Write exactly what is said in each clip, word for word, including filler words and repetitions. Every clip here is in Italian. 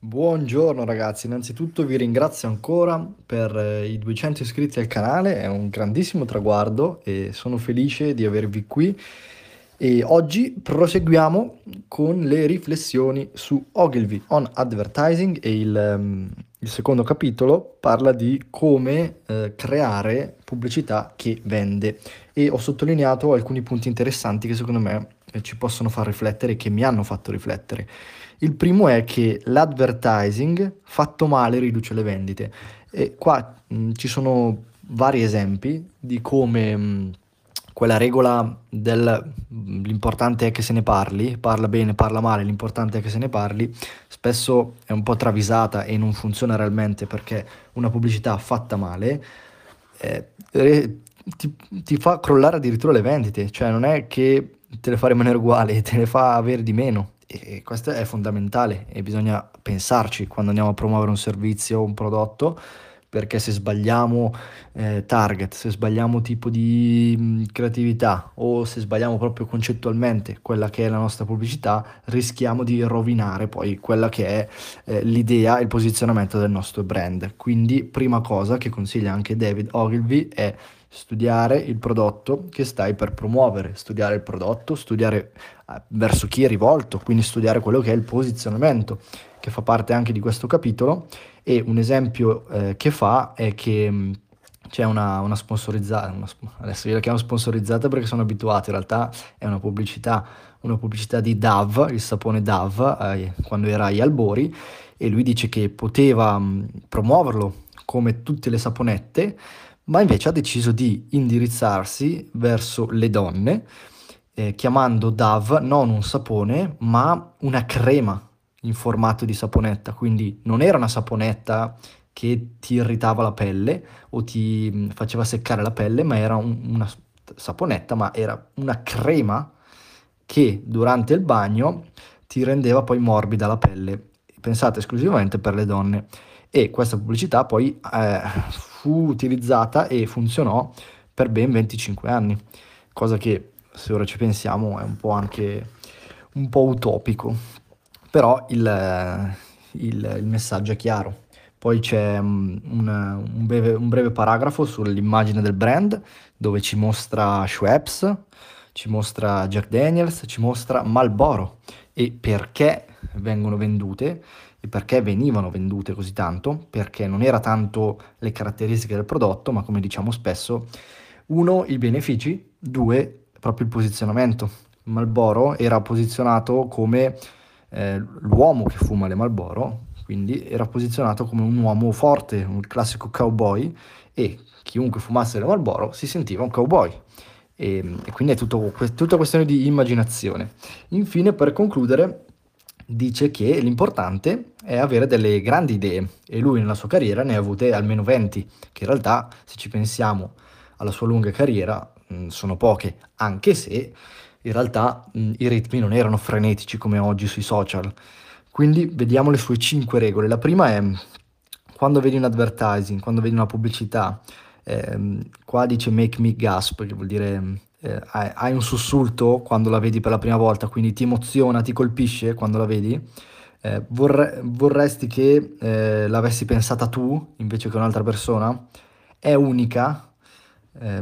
Buongiorno ragazzi, innanzitutto vi ringrazio ancora per eh, i duecento iscritti al canale, è un grandissimo traguardo e sono felice di avervi qui. E oggi proseguiamo con le riflessioni su Ogilvy on Advertising e il, ehm, il secondo capitolo parla di come eh, creare pubblicità che vende e ho sottolineato alcuni punti interessanti che secondo me eh, ci possono far riflettere e che mi hanno fatto riflettere. Il primo è che l'advertising fatto male riduce le vendite e qua mh, ci sono vari esempi di come mh, quella regola del mh, l'importante è che se ne parli, parla bene, parla male, l'importante è che se ne parli, spesso è un po' travisata e non funziona realmente perché una pubblicità fatta male eh, re- ti, ti fa crollare addirittura le vendite, cioè non è che te le fa rimanere uguali, te le fa avere di meno. E questo è fondamentale e bisogna pensarci quando andiamo a promuovere un servizio o un prodotto, perché se sbagliamo eh, target, se sbagliamo tipo di mh, creatività o se sbagliamo proprio concettualmente quella che è la nostra pubblicità, rischiamo di rovinare poi quella che è eh, l'idea e il posizionamento del nostro brand. Quindi, prima cosa che consiglia anche David Ogilvy è studiare il prodotto che stai per promuovere, studiare il prodotto, studiare eh, verso chi è rivolto, quindi studiare quello che è il posizionamento, che fa parte anche di questo capitolo. E un esempio eh, che fa è che mh, c'è una, una sponsorizzata, una sp- adesso io la chiamo sponsorizzata perché sono abituato, in realtà è una pubblicità, una pubblicità di Dove, il sapone Dove, eh, quando era agli albori, e lui dice che poteva mh, promuoverlo come tutte le saponette, ma invece ha deciso di indirizzarsi verso le donne, eh, chiamando Dove non un sapone, ma una crema in formato di saponetta. Quindi non era una saponetta che ti irritava la pelle o ti mh, faceva seccare la pelle, ma era un- una s- saponetta, ma era una crema che durante il bagno ti rendeva poi morbida la pelle, pensata esclusivamente per le donne. E questa pubblicità poi eh, fu utilizzata e funzionò per ben venticinque anni, cosa che se ora ci pensiamo è un po' anche un po' utopico, però il, eh, il- il messaggio è chiaro. Poi c'è mm, un, un breve, un breve paragrafo sull'immagine del brand dove ci mostra Schweppes, ci mostra Jack Daniels, ci mostra Marlboro e perché vengono vendute e perché venivano vendute così tanto, perché non era tanto le caratteristiche del prodotto, ma come diciamo spesso, uno, i benefici, due, proprio il posizionamento. Marlboro era posizionato come eh, l'uomo che fuma le Marlboro, quindi era posizionato come un uomo forte, un classico cowboy, e chiunque fumasse le Marlboro si sentiva un cowboy. E, e quindi è tutto, que- tutta questione di immaginazione. Infine, per concludere, dice che l'importante è avere delle grandi idee e lui nella sua carriera ne ha avute almeno venti, che in realtà, se ci pensiamo alla sua lunga carriera, mh, sono poche, anche se in realtà mh, i ritmi non erano frenetici come oggi sui social. Quindi vediamo le sue cinque regole. La prima è quando vedi un advertising, quando vedi una pubblicità, ehm, qua dice make me gasp, che vuol dire eh, hai, hai un sussulto quando la vedi per la prima volta, quindi ti emoziona, ti colpisce quando la vedi. Eh, vorre- vorresti che eh, l'avessi pensata tu invece che un'altra persona? È unica. Eh,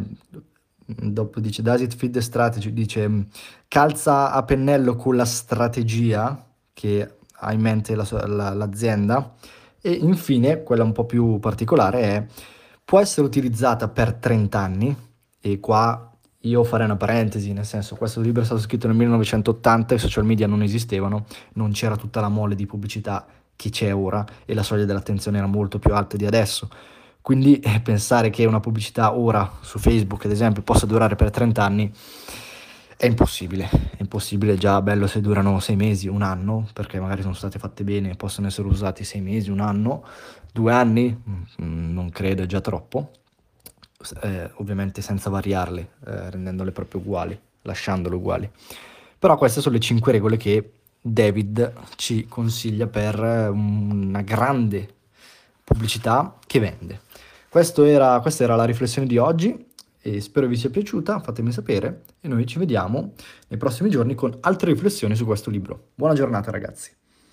dopo dice does it fit the strategy? Dice calza a pennello con la strategia che ha in mente la sua- la- l'azienda. E infine, quella un po' più particolare è, può essere utilizzata per trenta anni, e qua io farei una parentesi, nel senso, questo libro è stato scritto nel millenovecentottanta, i social media non esistevano, non c'era tutta la mole di pubblicità che c'è ora e la soglia dell'attenzione era molto più alta di adesso. Quindi eh, pensare che una pubblicità ora su Facebook, ad esempio, possa durare per trenta anni è impossibile. È impossibile, già bello se durano sei mesi, un anno, perché magari sono state fatte bene e possono essere usati sei mesi, un anno, due anni, mm, non credo, è già troppo. Eh, ovviamente senza variarle, eh, rendendole proprio uguali, lasciandole uguali. Però queste sono le cinque regole che David ci consiglia per eh, una grande pubblicità che vende. Questo era, questa era la riflessione di oggi e spero vi sia piaciuta, fatemi sapere e noi ci vediamo nei prossimi giorni con altre riflessioni su questo libro. Buona giornata ragazzi.